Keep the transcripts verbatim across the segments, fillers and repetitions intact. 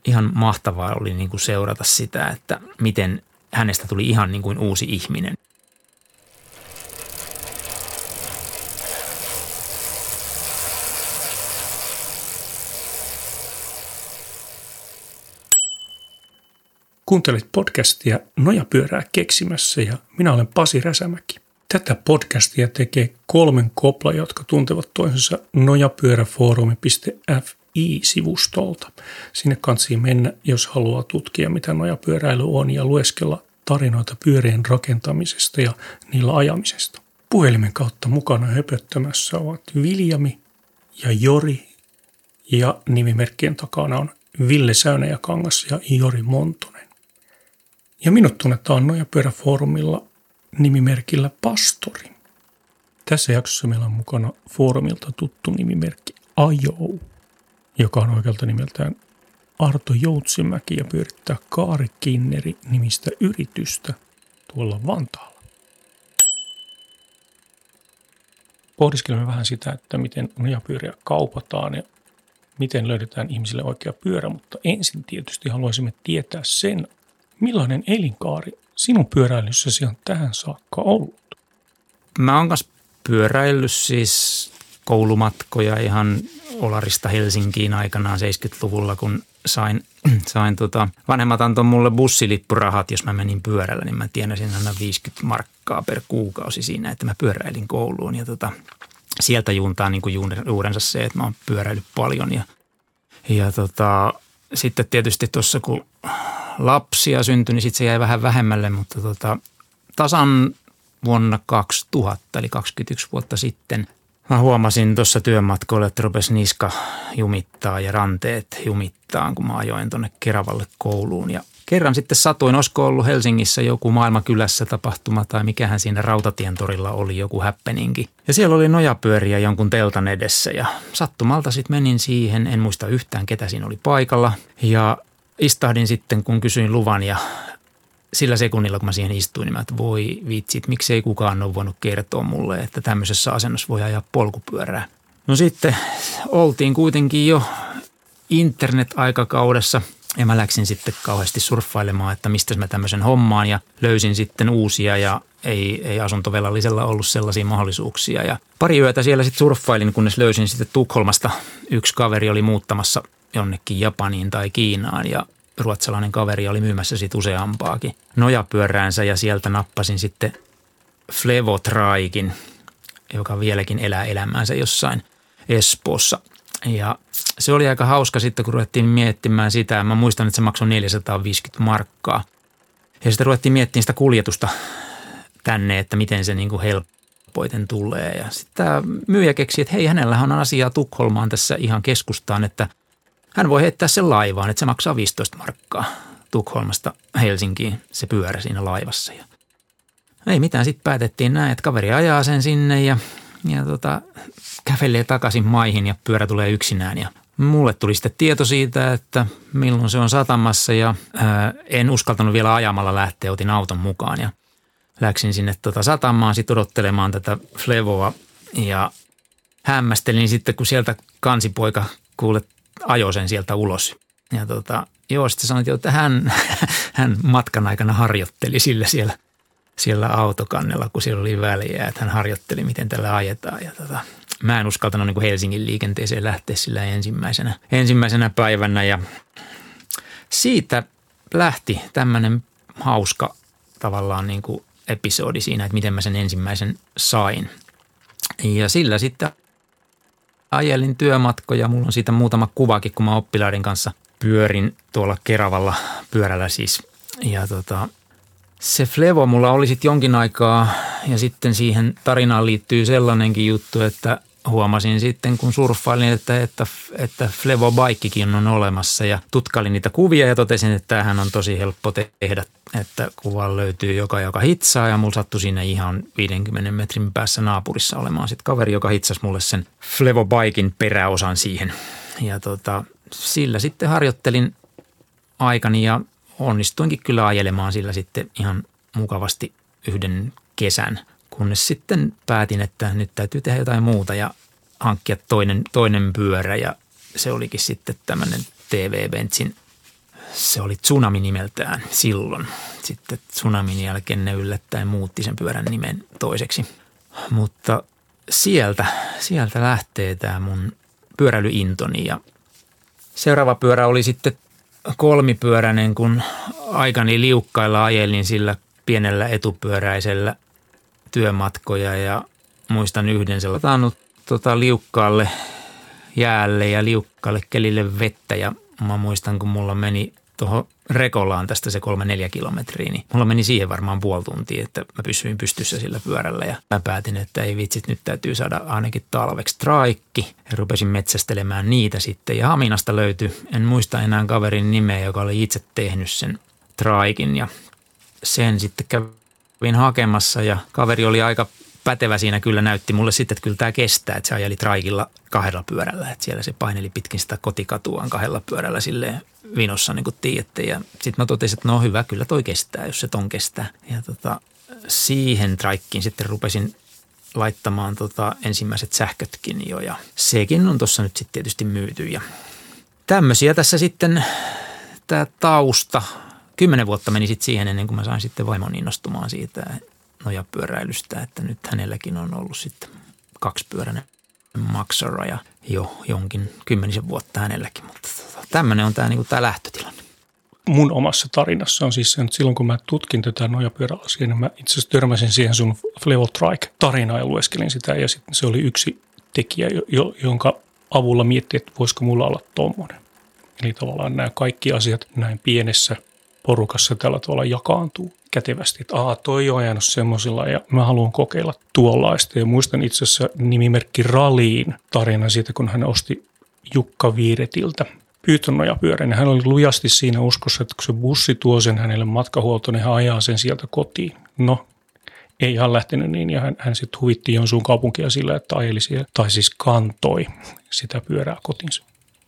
ihan mahtavaa oli niin kuin seurata sitä, että miten hänestä tuli ihan niin kuin uusi ihminen. Kuuntelit podcastia Nojapyörää keksimässä ja minä olen Pasi Räsämäki. Tätä podcastia tekee kolmen kopla, jotka tuntevat toisensa nojapyöräfoorumi piste f i-sivustolta. Sinne kansi mennä, jos haluaa tutkia, mitä nojapyöräily on ja lueskella tarinoita pyörien rakentamisesta ja niillä ajamisesta. Puhelimen kautta mukana höpöttämässä ovat Viljami ja Jori ja nimimerkkien takana on Ville Säynäjäkangas ja Jori Montonen. Ja minut tunnetaan Nojapyöräfoorumilla nimimerkillä Pastori. Tässä jaksossa meillä on mukana foorumilta tuttu nimimerkki Ajou, joka on oikealta nimeltään Arto Joutsimäki ja pyörittää Kaari Kinneri nimistä yritystä tuolla Vantaalla. Pohdiskelemme vähän sitä, että miten nojapyöriä kaupataan ja miten löydetään ihmisille oikea pyörä, mutta ensin tietysti haluaisimme tietää sen, millainen elinkaari sinun pyöräilyssäsi on tähän saakka ollut? Mä oon kanssa pyöräillyt siis koulumatkoja ihan Olarista Helsinkiin aikanaan seitsemänkymmentäluvulla, kun sain, sain tota, vanhemmat antoi mulle bussilippurahat, jos mä menin pyörällä, niin mä tienasin aina viisikymmentä markkaa per kuukausi siinä, että mä pyöräilin kouluun. Ja tota, sieltä juuntaa niin kuin juurensa se, että mä oon pyöräillyt paljon. Ja, ja tota, sitten tietysti tuossa, kun lapsia syntyi, niin sitten se jäi vähän vähemmälle, mutta tota, tasan vuonna kaksituhatta, eli kaksikymmentäyksi vuotta sitten, mä huomasin tuossa työmatkoilla, että rupesi niska jumittaa ja ranteet jumittaa, kun mä ajoin tuonne Keravalle kouluun. Ja kerran sitten satuin, olisiko ollut Helsingissä joku Maailmakylässä tapahtuma tai mikähän siinä Rautatien torilla oli joku happeningi. Ja siellä oli nojapyöriä jonkun teltan edessä ja sattumalta sitten menin siihen, en muista yhtään ketä siinä oli paikalla. Ja istahdin sitten, kun kysyin luvan ja sillä sekunnilla, kun mä siihen istuin, niin mä, että voi vitsit, miksei kukaan ole voinut kertoa mulle, että tämmöisessä asennossa voi ajaa polkupyörää. No sitten oltiin kuitenkin jo internet-aikakaudessa ja mä läksin sitten kauheasti surffailemaan, että mistä mä tämmöisen hommaan ja löysin sitten uusia ja ei, ei asuntovelallisella ollut sellaisia mahdollisuuksia. Ja pari yötä siellä sitten surffailin, kunnes löysin sitten Tukholmasta. Yksi kaveri oli muuttamassa jonnekin Japaniin tai Kiinaan ja ruotsalainen kaveri oli myymässä sitten useampaakin nojapyöräänsä ja sieltä nappasin sitten Flevotraikin, joka vieläkin elää elämäänsä jossain Espoossa. Ja se oli aika hauska sitten, kun ruvettiin miettimään sitä. Mä muistan, että se maksoi neljäsataaviisikymmentä markkaa. Ja sitten ruvettiin miettimään sitä kuljetusta tänne, että miten se niin kuin helpoiten tulee. Ja sitten tämä myyjä keksi, että hei, hänellähän on asiaa Tukholmaan tässä ihan keskustaan, että hän voi heittää sen laivaan, että se maksaa viisitoista markkaa Tukholmasta Helsinkiin, se pyörä siinä laivassa. Ja ei mitään, sitten päätettiin näin, että kaveri ajaa sen sinne ja, ja tota, kävelee takaisin maihin ja pyörä tulee yksinään. Ja mulle tuli sitten tieto siitä, että milloin se on satamassa ja ää, en uskaltanut vielä ajamalla lähteä, otin auton mukaan ja läksin sinne tota satamaan sitten odottelemaan tätä Flevoa ja hämmästelin sitten, kun sieltä kansipoika kuule ajoi sen sieltä ulos. Ja tota, joo, sitten sanoin, että hän, hän matkan aikana harjoitteli sillä siellä, siellä autokannella, kun siellä oli väliä, että hän harjoitteli, miten tällä ajetaan. Ja tota, mä en uskaltanut niin kuin Helsingin liikenteeseen lähteä sillä ensimmäisenä, ensimmäisenä päivänä. Ja siitä lähti tämmöinen hauska tavallaan niin kuin episodi siinä, että miten mä sen ensimmäisen sain. Ja sillä sitten ajelin työmatkoja. Mulla on siitä muutama kuvakin, kun mä oppilaiden kanssa pyörin tuolla Keravalla pyörällä siis. Ja tota, se Flevo mulla oli sitten jonkin aikaa ja sitten siihen tarinaan liittyy sellainenkin juttu, että huomasin sitten, kun surffailin, että, että, että Flevo Bikekin on olemassa ja tutkailin niitä kuvia ja totesin, että tämähän on tosi helppo tehdä, että kuva löytyy joka, joka hitsaa ja mulla sattui siinä ihan viidenkymmenen metrin päässä naapurissa olemaan sitten kaveri, joka hitsasi mulle sen Flevo Biken peräosan siihen ja tota, sillä sitten harjoittelin aikani ja onnistuinkin kyllä ajelemaan sillä sitten ihan mukavasti yhden kesän, kunnes sitten päätin, että nyt täytyy tehdä jotain muuta ja hankkia toinen, toinen pyörä ja se olikin sitten tämmöinen T V Benzin Se oli Tsunami nimeltään silloin. Sitten Tsunamin jälkeen ne yllättäen muutti sen pyörän nimen toiseksi. Mutta sieltä, sieltä lähtee tämä mun pyöräilyintoni. Ja seuraava pyörä oli sitten kolmipyöräinen, kun aikani liukkailla ajelin sillä pienellä etupyöräisellä työmatkoja. Ja muistan yhden sellainen tota, liukkaalle jäälle ja liukkaalle kelille vettä ja mä muistan, kun mulla meni tuohon Rekolaan tästä se kolme neljä kilometriä, niin mulla meni siihen varmaan puoli tuntia, että mä pysyin pystyssä sillä pyörällä ja mä päätin, että ei vitsit, nyt täytyy saada ainakin talveksi traikki ja rupesin metsästelemään niitä sitten ja Haminasta löytyi, en muista enää kaverin nimeä, joka oli itse tehnyt sen traikin ja sen sitten kävin hakemassa ja kaveri oli aika pätevä siinä, kyllä näytti mulle sitten, että kyllä tämä kestää, että se ajeli traikilla kahdella pyörällä, että siellä se paineli pitkin sitä kotikatuaan kahdella pyörällä silleen vinossa, niin kuin tiedätte. Ja sitten mä totesin, että no hyvä, kyllä toi kestää, jos se ton kestää. Ja tota, siihen traikkiin sitten rupesin laittamaan tota ensimmäiset sähkötkin jo ja sekin on tuossa nyt sitten tietysti myyty. Ja tämmöisiä tässä sitten tämä tausta. Kymmenen vuotta meni sitten siihen ennen kuin mä sain sitten vaimon innostumaan siitä nojapyöräilystä, että nyt hänelläkin on ollut sitten kaksipyöräinen Maxora ja jo jonkin kymmenisen vuotta hänelläkin, mutta tota, tämmöinen on tämä, niin kuin tämä lähtötilanne. Mun omassa tarinassa on siis se, että silloin kun mä tutkin tätä nojapyöräasiaa, niin mä itse asiassa törmäsin siihen sun Flevo Trike-tarinaa ja lueskelin sitä ja sitten se oli yksi tekijä, jonka avulla miettii, että voisiko mulla olla tommoinen. Eli tavallaan nämä kaikki asiat näin pienessä porukassa tällä tavalla jakaantuu kätevästi, että aah, toi on ajanut semmoisilla ja mä haluan kokeilla tuollaista. Ja muistan itse asiassa nimimerkki Raliin tarina siitä, kun hän osti Jukka Viiretiltä pyytönojapyörän. Ja hän oli lujasti siinä uskossa, että kun se bussi tuo sen hänelle matkahuoltoon, niin hän ajaa sen sieltä kotiin. No, ei ihan lähtenyt niin ja hän, hän sitten huvitti Joensuun kaupunkia sillä, että ajeli siellä, tai siis kantoi sitä pyörää kotinsa.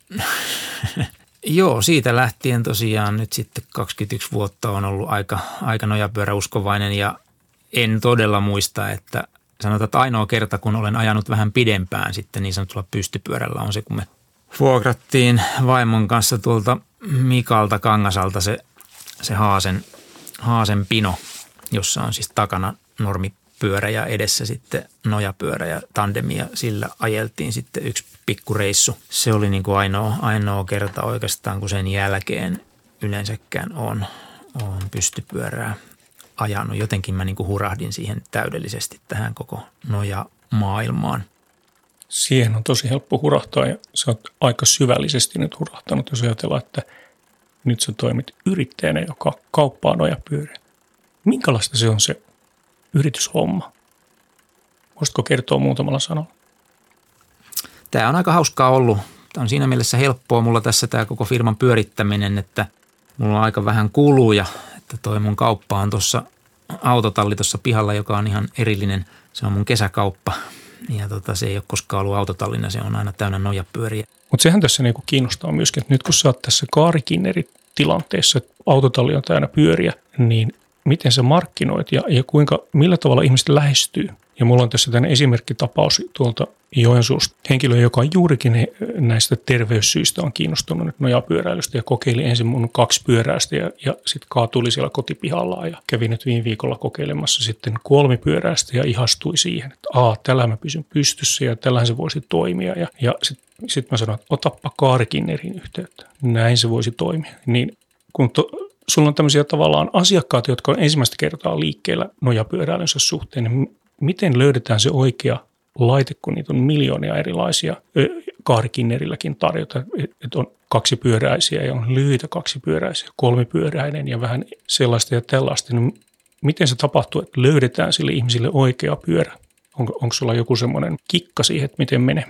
Joo, siitä lähtien tosiaan nyt sitten kaksikymmentäyksi vuotta on ollut aika, aika nojapyöräuskovainen ja en todella muista, että sanotaan, että ainoa kerta kun olen ajanut vähän pidempään sitten niin sanotulla pystypyörällä on se, kun me vuokrattiin vaimon kanssa tuolta Mikalta Kangasalta se, se Haasen, Haasen pino, jossa on siis takana normipyörä ja edessä sitten nojapyörä ja tandemia. Sillä ajeltiin sitten yksi pikkureissu. Se oli niin kuin ainoa, ainoa kerta oikeastaan, kun sen jälkeen yleensäkään on, on pystypyörää ajanut. Jotenkin mä niin kuin hurahdin siihen täydellisesti tähän koko nojamaailmaan. Siihen on tosi helppo hurahtaa ja sä oot aika syvällisesti nyt hurahtanut, jos ajatellaan, että nyt sä toimit yrittäjänä, joka kauppaa nojapyöriä. Minkälaista se on se yrityshomma? Voisitko kertoa muutamalla sanalla? Tämä on aika hauskaa ollut. Tämä on siinä mielessä helppoa mulla tässä tämä koko firman pyörittäminen, että mulla on aika vähän kuluja, että toi mun kauppa on tuossa autotalli tuossa pihalla, joka on ihan erillinen. Se on mun kesäkauppa ja tota, se ei ole koskaan ollut autotallina, se on aina täynnä nojapyöriä. Mutta sehän tässä niinku kiinnostaa myöskin, että nyt kun sä oot tässä kaarikinneri-tilanteessa, että autotalli on täynnä pyöriä, niin miten sä markkinoit ja, ja kuinka, millä tavalla ihmiset lähestyy? Ja mulla on tässä tämmöinen esimerkkitapaus tuolta Joensuusta. Henkilö, joka on juurikin näistä terveyssyistä on kiinnostunut nyt nojapyöräilystä ja kokeili ensin mun kaksi pyöräistä ja, ja sitten kaatuli siellä kotipihalla ja kävi nyt viime viikolla kokeilemassa sitten kolmipyöräistä ja ihastui siihen, että aa, tällähän mä pysyn pystyssä ja tällähän se voisi toimia. Ja, ja sitten sit mä sanoin, että otappa kaarikinnerin yhteyttä, näin se voisi toimia. Niin kun to, sulla on tämmöisiä tavallaan asiakkaat, jotka on ensimmäistä kertaa liikkeellä nojapyöräilynsä suhteen, niin miten löydetään se oikea laite, kun niitä on miljoonia erilaisia kaarikinnerilläkin tarjota, että on kaksipyöräisiä ja on lyhyitä kaksipyöräisiä, kolmipyöräinen ja vähän sellaista ja tällaista. Niin miten se tapahtuu, että löydetään sille ihmisille oikea pyörä? Onko, onko sulla joku semmoinen kikka siihen, että miten menee?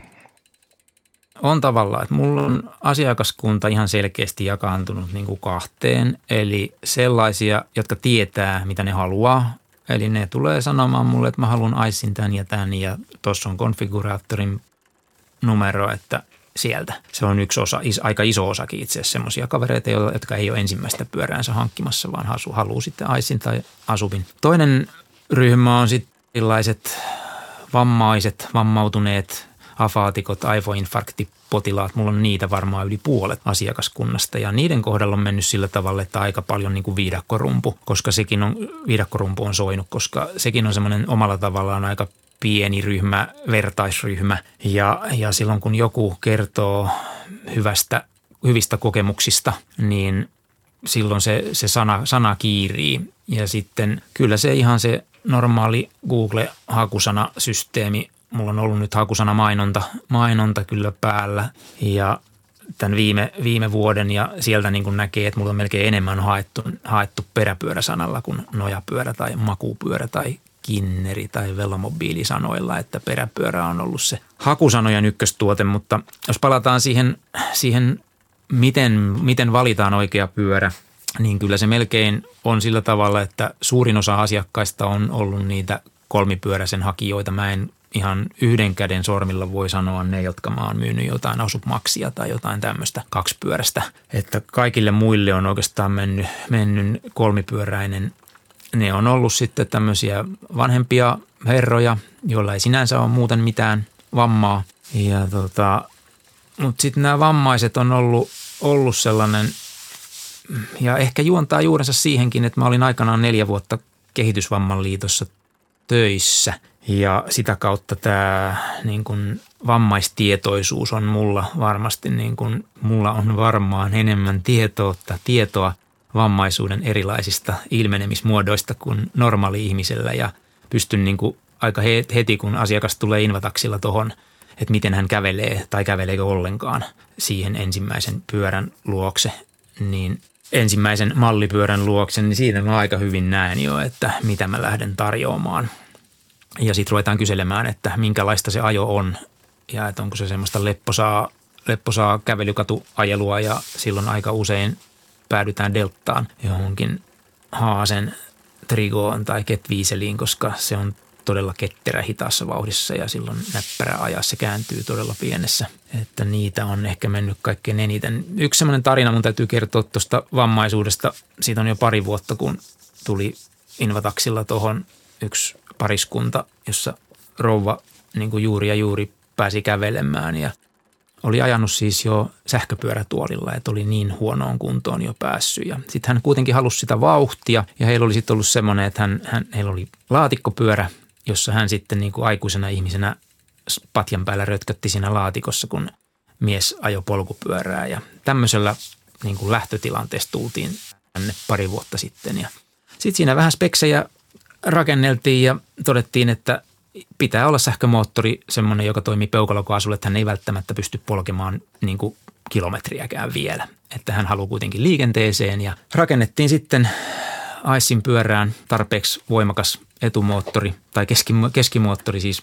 On tavallaan, että mulla on asiakaskunta ihan selkeästi jakaantunut niin kuin kahteen, eli sellaisia, jotka tietää, mitä ne haluaa. Eli ne tulee sanomaan mulle, että mä haluan aisin tämän ja tämän ja tuossa on konfiguraattorin numero, että sieltä. Se on yksi osa, aika iso osakin itse asiassa semmoisia kavereita, jotka ei ole ensimmäistä pyöräänsä hankkimassa, vaan haluaa sitten aisin tai asuvin. Toinen ryhmä on sitten erilaiset vammaiset, vammautuneet afaatikot, aivoinfarktipotilaat, mulla on niitä varmaan yli puolet asiakaskunnasta ja niiden kohdalla on mennyt sillä tavalla, että aika paljon niin kuin viidakkorumpu, koska sekin on, viidakkorumpu on soinut, koska sekin on semmoinen omalla tavallaan aika pieni ryhmä, vertaisryhmä ja, ja silloin kun joku kertoo hyvästä, hyvistä kokemuksista, niin silloin se, se sana, sana kiirii ja sitten kyllä se ihan se normaali Google-hakusanasysteemi, mulla on ollut nyt hakusana mainonta, mainonta kyllä päällä ja tämän viime, viime vuoden ja sieltä niin kuin näkee, että mulla on melkein enemmän haettu, haettu peräpyöräsanalla kuin nojapyörä tai makupyörä tai kinneri tai velomobiilisanoilla, että peräpyörä on ollut se hakusanojen ykköstuote, mutta jos palataan siihen, siihen miten, miten valitaan oikea pyörä, niin kyllä se melkein on sillä tavalla, että suurin osa asiakkaista on ollut niitä kolmipyöräisen hakijoita. Mä en ihan yhden käden sormilla voi sanoa ne, jotka mä oon myynyt jotain Asupmaksia tai jotain tämmöistä kaksipyöräistä. Että kaikille muille on oikeastaan mennyt, mennyt kolmipyöräinen. Ne on ollut sitten tämmöisiä vanhempia herroja, joilla ei sinänsä ole muuten mitään vammaa. Ja tota, mutta sitten nämä vammaiset on ollut, ollut sellainen, ja ehkä juontaa juurensa siihenkin, että mä olin aikanaan neljä vuotta Kehitysvamman liitossa töissä. Ja sitä kautta tämä niin kun vammaistietoisuus on mulla varmasti, niin kun mulla on varmaan enemmän tietoutta, tietoa vammaisuuden erilaisista ilmenemismuodoista kuin normaali ihmisellä. Ja pystyn niin kun aika heti, kun asiakas tulee Invataksilla tuohon, että miten hän kävelee tai käveleekö ollenkaan siihen ensimmäisen pyörän luokse, niin ensimmäisen mallipyörän luokse, niin siinä mä aika hyvin näen jo, että mitä mä lähden tarjoamaan. Ja sitten ruvetaan kyselemään, että minkälaista se ajo on ja että onko se semmoista lepposaa, lepposaa kävelykatuajelua ja silloin aika usein päädytään delttaan johonkin Haasen Trigoon tai Ketviiseliin, koska se on todella ketterä hitaassa vauhdissa ja silloin näppärä ajaa se kääntyy todella pienessä. Että niitä on ehkä mennyt kaikkein eniten. Yksi semmoinen tarina mun täytyy kertoa tuosta vammaisuudesta. Siitä on jo pari vuotta, kun tuli Invataksilla tuohon yksi pariskunta, jossa rouva niin kuin juuri ja juuri pääsi kävelemään ja oli ajanut siis jo sähköpyörätuolilla, että oli niin huonoon kuntoon jo päässyt. Ja sitten hän kuitenkin halusi sitä vauhtia ja heillä oli sitten ollut semmoinen, että hän, hän, heillä oli laatikkopyörä, jossa hän sitten niin kuin aikuisena ihmisenä patjan päällä rötkötti siinä laatikossa, kun mies ajoi polkupyörää. Ja tämmöisellä niin kuin lähtötilanteessa tultiin tänne pari vuotta sitten. Ja sitten siinä vähän speksejä rakenneltiin ja todettiin, että pitää olla sähkömoottori semmoinen, joka toimii peukalokaasulla, että hän ei välttämättä pysty polkemaan niin kuin kilometriäkään vielä. Että hän haluaa kuitenkin liikenteeseen ja rakennettiin sitten Aissin pyörään tarpeeksi voimakas etumoottori tai keskimoottori siis.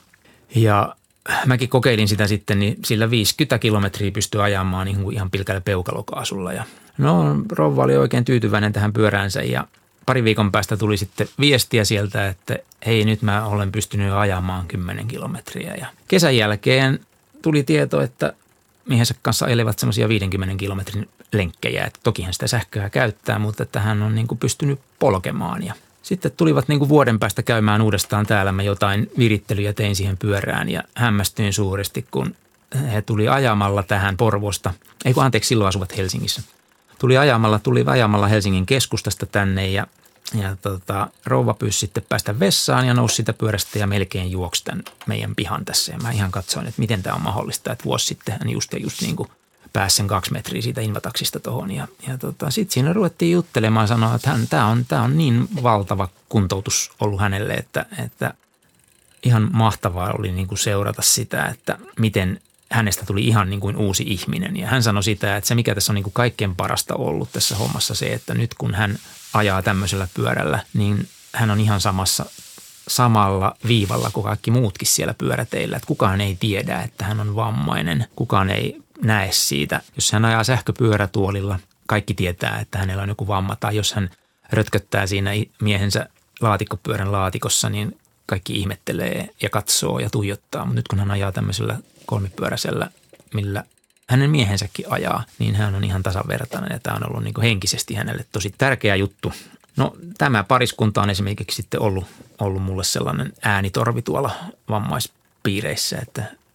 Ja mäkin kokeilin sitä sitten, niin sillä viisikymmentä kilometriä pystyi ajamaan niin kuin ihan pilkällä peukalokaasulla. Ja no rouva oli oikein tyytyväinen tähän pyöräänsä ja pari viikon päästä tuli sitten viestiä sieltä, että hei nyt mä olen pystynyt ajamaan kymmenen kilometriä. Ja kesän jälkeen tuli tieto, että miehensä kanssa elevat semmoisia viidenkymmenen kilometrin lenkkejä. Että tokihan sitä sähköä käyttää, mutta että hän on niin kuin pystynyt polkemaan. Ja sitten tulivat niin kuin vuoden päästä käymään uudestaan täällä. Mä jotain virittelyjä tein siihen pyörään ja hämmästyin suuresti, kun he tuli ajamalla tähän Porvosta. Ei kun anteeksi, silloin asuvat Helsingissä. Tuli ajamalla, tuli ajamalla Helsingin keskustasta tänne ja, ja tota, rouva pyysi sitten päästä vessaan ja nousi sitä pyörästä ja melkein juoksi tämän meidän pihan tässä. Ja mä ihan katsoin, että miten tämä on mahdollista, että vuosi sitten hän just, just niin kuin pääsi sen kaksi metriä siitä Invataksista tuohon. Ja, ja tota, sitten siinä ruvettiin juttelemaan ja sanoa, että tämä on, tää on niin valtava kuntoutus ollut hänelle, että, että ihan mahtavaa oli niin kuin seurata sitä, että miten hänestä tuli ihan niin kuin uusi ihminen ja hän sanoi sitä, että se mikä tässä on niin kuin kaikkein parasta ollut tässä hommassa se, että nyt kun hän ajaa tämmöisellä pyörällä, niin hän on ihan samassa, samalla viivalla kuin kaikki muutkin siellä pyöräteillä. Että kukaan ei tiedä, että hän on vammainen, kukaan ei näe siitä. Jos hän ajaa sähköpyörätuolilla, kaikki tietää, että hänellä on joku vamma tai jos hän rötköttää siinä miehensä laatikkopyörän laatikossa, niin kaikki ihmettelee ja katsoo ja tuijottaa. Mutta nyt kun hän ajaa tämmöisellä kolmipyöräisellä, millä hänen miehensäkin ajaa, niin hän on ihan tasavertainen ja tämä on ollut niin kuin henkisesti hänelle tosi tärkeä juttu. No tämä pariskunta on esimerkiksi sitten ollut, ollut mulle sellainen äänitorvi tuolla vammaispiireissä, että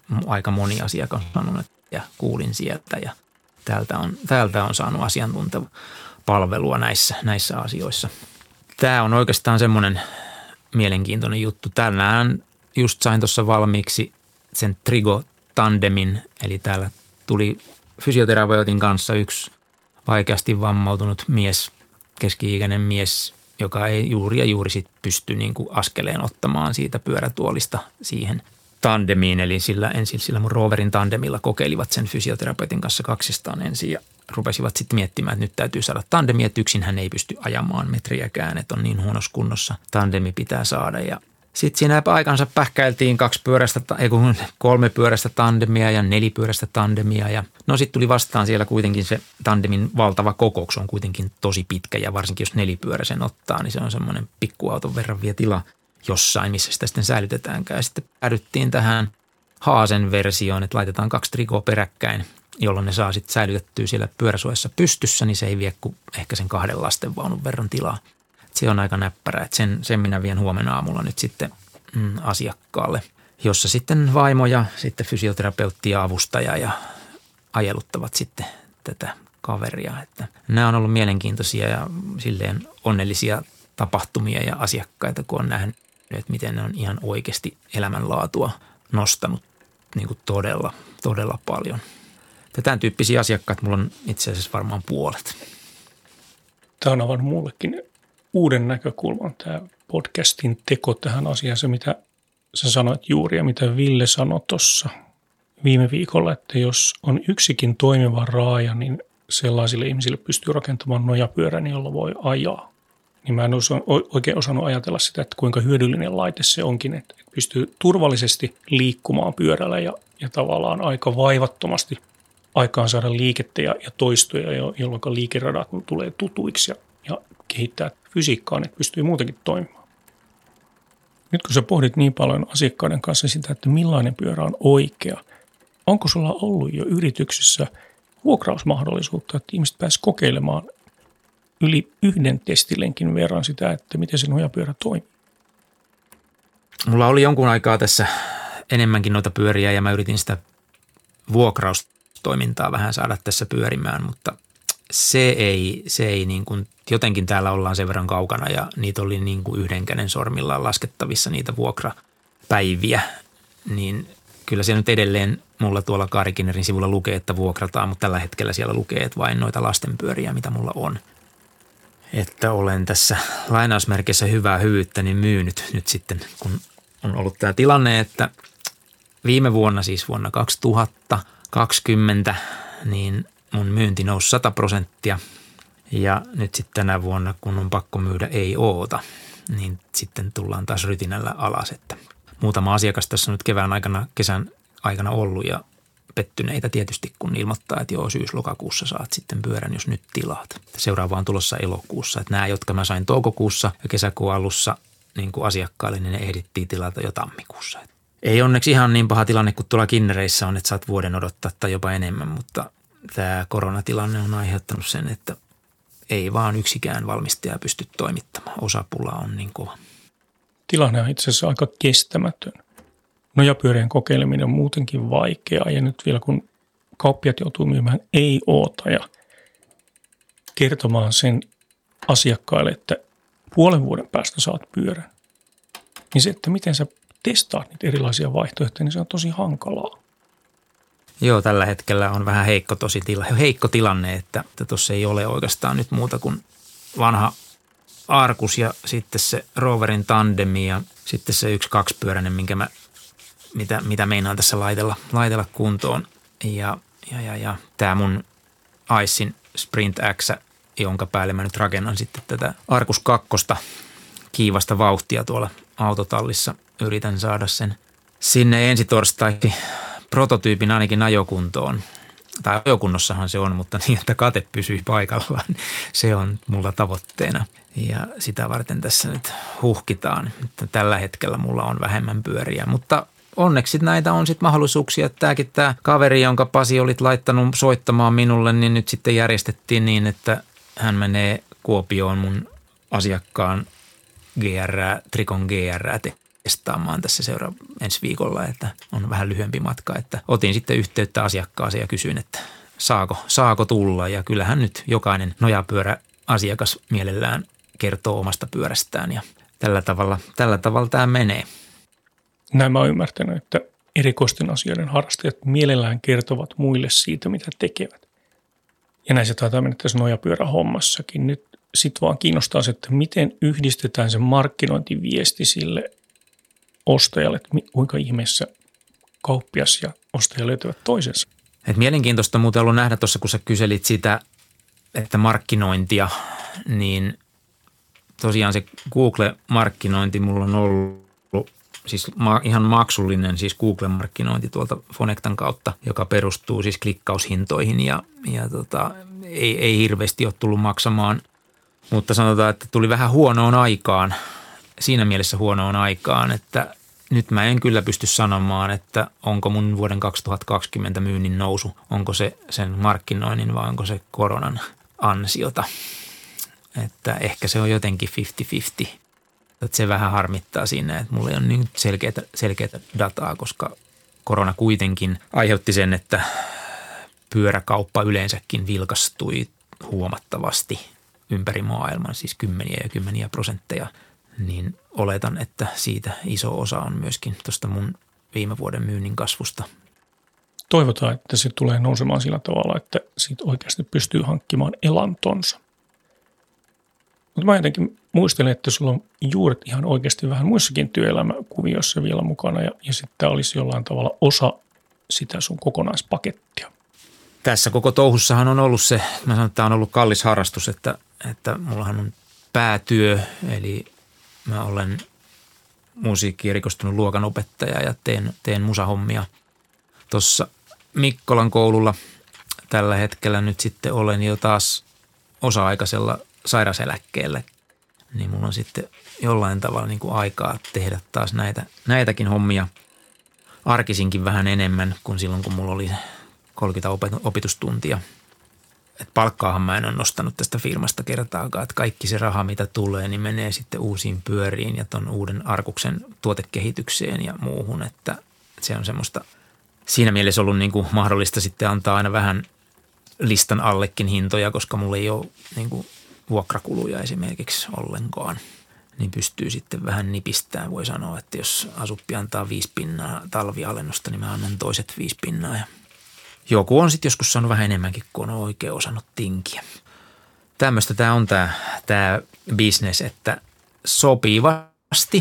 aika moni asiakas on sanonut ja kuulin sieltä ja täältä on, täältä on saanut asiantunteva palvelua näissä, näissä asioissa. Tämä on oikeastaan semmoinen mielenkiintoinen juttu. Tänään just sain tuossa valmiiksi sen Trigo-tandemin, eli täällä tuli fysioterapeutin kanssa yksi vaikeasti vammautunut mies, keski-ikäinen mies, joka ei juuri ja juuri sit pysty niin kuin askeleen ottamaan siitä pyörätuolista siihen tandemiin. Eli sillä ensin sillä mun roverin tandemilla kokeilivat sen fysioterapeutin kanssa kaksistaan ensin ja rupesivat sitten miettimään, että nyt täytyy saada tandemi, että yksin hän ei pysty ajamaan metriäkään, että on niin huonossa kunnossa. Tandemi pitää saada ja sitten siinä aikansa pähkäiltiin kaksi pyörästä, ei kun kolme pyörästä tandemia ja nelipyörästä tandemia. Ja no sitten tuli vastaan siellä kuitenkin se tandemin valtava koko, se on kuitenkin tosi pitkä ja varsinkin jos nelipyöräisen ottaa, niin se on semmoinen pikkuauton verran vie tila jossain, missä sitä sitten säilytetäänkään. Ja sitten päädyttiin tähän Haasen versioon, että laitetaan kaksi Trigoa peräkkäin, jolloin ne saa sitten säilytettyä siellä pyöräsuojassa pystyssä, niin se ei vie kuin ehkä sen kahden lastenvaunun verran tilaa. Se on aika näppärä, että sen, sen minä vien huomenna aamulla nyt sitten mm, asiakkaalle, jossa sitten vaimo ja sitten fysioterapeutti ja avustaja ja ajeluttavat sitten tätä kaveria. Että nämä on ollut mielenkiintoisia ja silleen onnellisia tapahtumia ja asiakkaita, kun on nähnyt, että miten ne on ihan oikeasti elämänlaatua nostanut niin kuin todella, todella paljon. Ja tämän tyyppisiä asiakkaita mulla on itse asiassa varmaan puolet. Tämä on avannut mullekin uuden näkökulman, tämä podcastin teko tähän asiaan, se mitä sä sanoit juuri ja mitä Ville sanoi tuossa viime viikolla, että jos on yksikin toimiva raaja, niin sellaisille ihmisille pystyy rakentamaan nojapyörän, jolla voi ajaa. Niin mä en oikein osannut ajatella sitä, että kuinka hyödyllinen laite se onkin, että pystyy turvallisesti liikkumaan pyörällä ja, ja tavallaan aika vaivattomasti aikaan saada liikettä ja, ja toistoja, jolloin liikeradat tulee tutuiksi ja, ja kehittää fysiikkaan, että pystyy muutenkin toimimaan. Nyt kun sä pohdit niin paljon asiakkaiden kanssa sitä, että millainen pyörä on oikea, onko sulla ollut jo yrityksissä vuokrausmahdollisuutta, että ihmiset pääsivät kokeilemaan yli yhden testilenkin verran sitä, että miten se nojapyörä toimii? Mulla oli jonkun aikaa tässä enemmänkin noita pyöriä ja mä yritin sitä vuokraustoimintaa vähän saada tässä pyörimään, mutta se ei, se ei niin kuin, jotenkin täällä ollaan sen verran kaukana ja niitä oli niin kuin yhden käden sormillaan laskettavissa niitä vuokrapäiviä, niin kyllä se nyt edelleen mulla tuolla Kaarikinnerin sivulla lukee, että vuokrataan, mutta tällä hetkellä siellä lukee, että vain noita lastenpyöriä, mitä mulla on. Että olen tässä lainausmerkissä hyvää hyvyyttä niin myynyt nyt sitten, kun on ollut tämä tilanne, että viime vuonna, siis vuonna kaksituhattakaksikymmentä, niin mun myynti nousi sata prosenttia ja nyt sitten tänä vuonna, kun on pakko myydä ei oota, niin sitten tullaan taas rytinällä alas, että muutama asiakas tässä on nyt kevään aikana, kesän aikana ollut ja pettyneitä tietysti, kun ilmoittaa, että joo, syys-lokakuussa saat sitten pyörän, jos nyt tilaat. Seuraava on tulossa elokuussa. Että nämä, jotka mä sain toukokuussa ja kesäkuun alussa niin kuin asiakkaille, niin ne ehdittiin tilata jo tammikuussa. Ei onneksi ihan niin paha tilanne kuin tuolla Kinnereissä on, että saat vuoden odottaa tai jopa enemmän, mutta tämä koronatilanne on aiheuttanut sen, että ei vaan yksikään valmistaja pysty toimittamaan. Osapula on niin kova. Tilanne on itse asiassa aika kestämätön. Nojapyörien kokeileminen on muutenkin vaikeaa ja nyt vielä kun kauppiat joutuu myymään ei oota ja kertomaan sen asiakkaille, että puolen vuoden päästä saat pyörän, niin se, että miten sä testaat niitä erilaisia vaihtoehtoja, niin se on tosi hankalaa. Joo, tällä hetkellä on vähän heikko, tosi tila, heikko tilanne, että tuossa ei ole oikeastaan nyt muuta kuin vanha Arkus ja sitten se Roverin tandemi ja sitten se yksi kaksipyöräinen, minkä mä, mitä, mitä meinaan tässä laitella, laitella kuntoon. Ja, ja, ja, ja tämä mun Icein Sprint X, jonka päälle mä nyt rakennan sitten tätä Arkus kakkosta kiivasta vauhtia tuolla autotallissa. Yritän saada sen sinne ensi torstaiksi prototyypin ainakin ajokuntoon. Tai ajokunnossahan se on, mutta niin, että kate pysyy paikallaan. Se on mulla tavoitteena ja sitä varten tässä nyt huhkitaan. Tällä hetkellä mulla on vähemmän pyöriä, mutta onneksi näitä on sitten mahdollisuuksia. Tämäkin tämä kaveri, jonka Pasi olit laittanut soittamaan minulle, niin nyt sitten järjestettiin niin, että hän menee Kuopioon mun asiakkaan G R, Trikon G R testaamaan tässä seura- ensi viikolla, että on vähän lyhyempi matka. Että otin sitten yhteyttä asiakkaaseen ja kysyin, että saako, saako tulla. Ja kyllähän nyt jokainen nojapyöräasiakas mielellään kertoo omasta pyörästään ja tällä tavalla, tällä tavalla tämä menee. Näin mä oon ymmärtänyt, että erikoisten asioiden harrastajat mielellään kertovat muille siitä, mitä tekevät. Ja näin se taitaa mennä tässä nojapyörähommassakin. Nyt sitten vaan kiinnostaa se, että miten yhdistetään se markkinointiviesti sille ostajalle, että kuinka ihmeessä kauppias ja ostaja löytävät toisensa. Et mielenkiintoista muuten ollut nähdä tuossa, kun sä kyselit sitä, että markkinointia, niin tosiaan se Google-markkinointi mulla on ollut siis ma- ihan maksullinen siis Google-markkinointi tuolta Fonectan kautta, joka perustuu siis klikkaushintoihin ja, ja tota, ei, ei hirveästi ole tullut maksamaan, mutta sanotaan, että tuli vähän huonoon aikaan, siinä mielessä huonoon aikaan, että nyt mä en kyllä pysty sanomaan, että onko mun vuoden kaksituhattakaksikymmentä myynnin nousu, onko se sen markkinoinnin vai onko se koronan ansiota. Että ehkä se on jotenkin viisikymmentä viisikymmentä. Että se vähän harmittaa siinä, että mulla ei ole niin selkeää, selkeää dataa, koska korona kuitenkin aiheutti sen, että pyöräkauppa yleensäkin vilkastui huomattavasti ympäri maailman, siis kymmeniä ja kymmeniä prosentteja. Niin oletan, että siitä iso osa on myöskin tuosta mun viime vuoden myynnin kasvusta. Toivotaan, että se tulee nousemaan sillä tavalla, että siitä oikeasti pystyy hankkimaan elantonsa. Mutta mä jotenkin muistelen, että sulla on juuret ihan oikeasti vähän muissakin työelämäkuvioissa vielä mukana ja, ja sitten tämä olisi jollain tavalla osa sitä sun kokonaispakettia. Tässä koko touhussahan on ollut se, mä sanon, että tämä on ollut kallis harrastus, että, että mullahan on päätyö, eli mä olen musiikkiin erikoistunut luokanopettaja ja teen, teen musahommia. Tuossa Mikkolan koululla tällä hetkellä nyt sitten olen jo taas osa-aikaisella sairauseläkkeellä, niin mulla on sitten jollain tavalla niin kuin aikaa tehdä taas näitä, näitäkin hommia arkisinkin vähän enemmän kuin silloin, kun mulla oli kolmekymmentä opetustuntia. Et palkkaahan mä en ole nostanut tästä firmasta kertaakaan, että kaikki se raha, mitä tulee, niin menee sitten uusiin pyöriin ja ton uuden Arkuksen tuotekehitykseen ja muuhun, että se on semmoista siinä mielessä ollut niin kuin mahdollista sitten antaa aina vähän listan allekin hintoja, koska mulla ei ole niin kuin vuokrakuluja esimerkiksi ollenkaan, niin pystyy sitten vähän nipistämään. Voi sanoa, että jos asuppi antaa viisi pinnaa talvialennusta, niin mä annan toiset viisi pinnaa. Ja joku on sitten joskus saanut vähän enemmänkin, kun on oikein osannut tinkiä. Tämmöistä tämä on tämä, tämä business, että sopivasti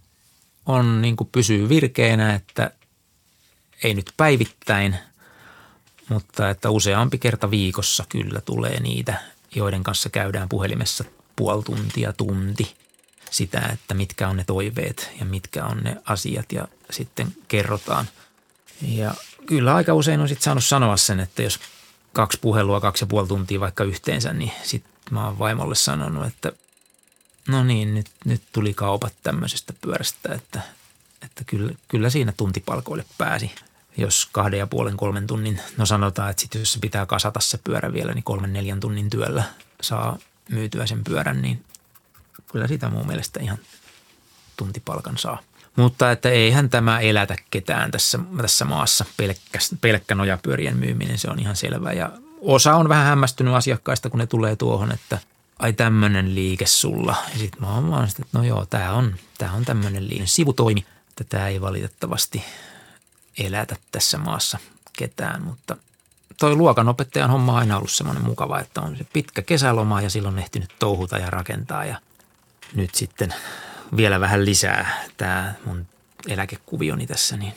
on niin kuin pysyy virkeänä, että ei nyt päivittäin, mutta että useampi kerta viikossa kyllä tulee niitä, joiden kanssa käydään puhelimessa puoli tuntia, tunti sitä, että mitkä on ne toiveet ja mitkä on ne asiat ja sitten kerrotaan. Ja kyllä aika usein on sitten saanut sanoa sen, että jos kaksi puhelua, kaksi ja puoli tuntia vaikka yhteensä, niin sitten mä oon vaimolle sanonut, että no niin, nyt, nyt tuli kaupat tämmöisestä pyörästä, että, että kyllä, kyllä siinä tuntipalkoille pääsi. Jos kahden ja puolen kolmen tunnin, no sanotaan, että sitten jos se pitää kasata se pyörä vielä, niin kolmen neljän tunnin työllä saa myytyä sen pyörän, niin kyllä sitä mun mielestä ihan tuntipalkan saa. Mutta että eihän tämä elätä ketään tässä, tässä maassa, pelkkä, pelkkä nojapyörien myyminen, se on ihan selvä. Ja osa on vähän hämmästynyt asiakkaista, kun ne tulee tuohon, että ai tämmöinen liike sulla. Ja sitten mä oon vaan sitä, että no joo, tää on, tää on tämmöinen liike. Sivutoimi, että tää ei valitettavasti elätä tässä maassa ketään, mutta toi luokanopettajan homma on aina ollut semmoinen mukava, että on se pitkä kesäloma ja silloin on ehtinyt touhuta ja rakentaa ja nyt sitten vielä vähän lisää tämä mun eläkekuvioni tässä, niin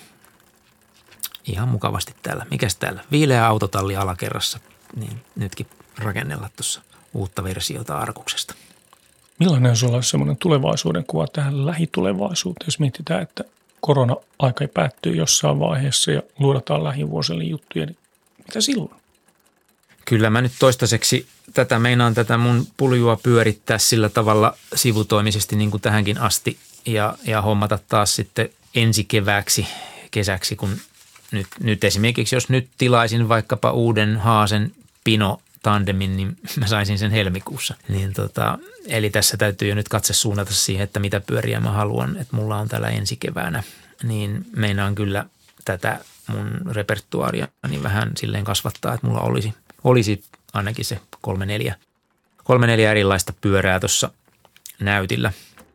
ihan mukavasti täällä. Mikäs täällä? Viileä autotalli alakerrassa, niin nytkin rakennella tuossa uutta versiota Arkuksesta. Millainen on sulla semmoinen tulevaisuuden kuva tähän lähitulevaisuuteen, jos mietitään, että korona-aika päättyy jossain vaiheessa ja luodataan lähivuosille juttuja, niin mitä silloin? Kyllä mä nyt toistaiseksi tätä meinaan tätä mun puljua pyörittää sillä tavalla sivutoimisesti niin kuin tähänkin asti ja, ja hommata taas sitten ensi kevääksi, kesäksi, kun nyt, nyt esimerkiksi jos nyt tilaisin vaikkapa uuden Haasen Pino tandemin, niin mä saisin sen helmikuussa. Niin tota, eli tässä täytyy jo nyt katse suunnata siihen, että mitä pyöriä mä haluan, että mulla on täällä ensi keväänä. Niin meinaan kyllä tätä mun repertuaaria niin vähän silleen kasvattaa, että mulla olisi, olisi ainakin se kolme neljä, kolme neljä erilaista pyörää tuossa näytillä.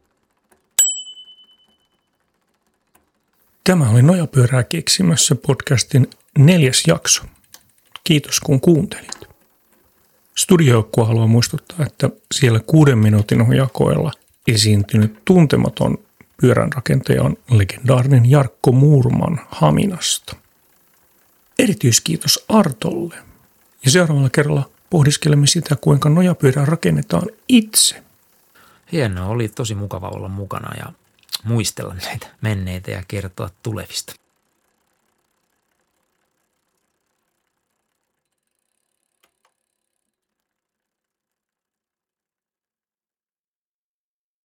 Tämä oli Nojapyörää keksimässä podcastin neljäs jakso. Kiitos kun kuuntelit. Studiojoukkue haluaa muistuttaa, että siellä kuuden minuutin ohjakoella esiintynyt tuntematon pyöränrakentaja on legendaarinen Jarkko Muurman Haminasta. Erityiskiitos Artolle. Ja seuraavalla kerralla pohdiskelemme sitä, kuinka nojapyörää rakennetaan itse. Hienoa, oli tosi mukava olla mukana ja muistella näitä menneitä ja kertoa tulevista.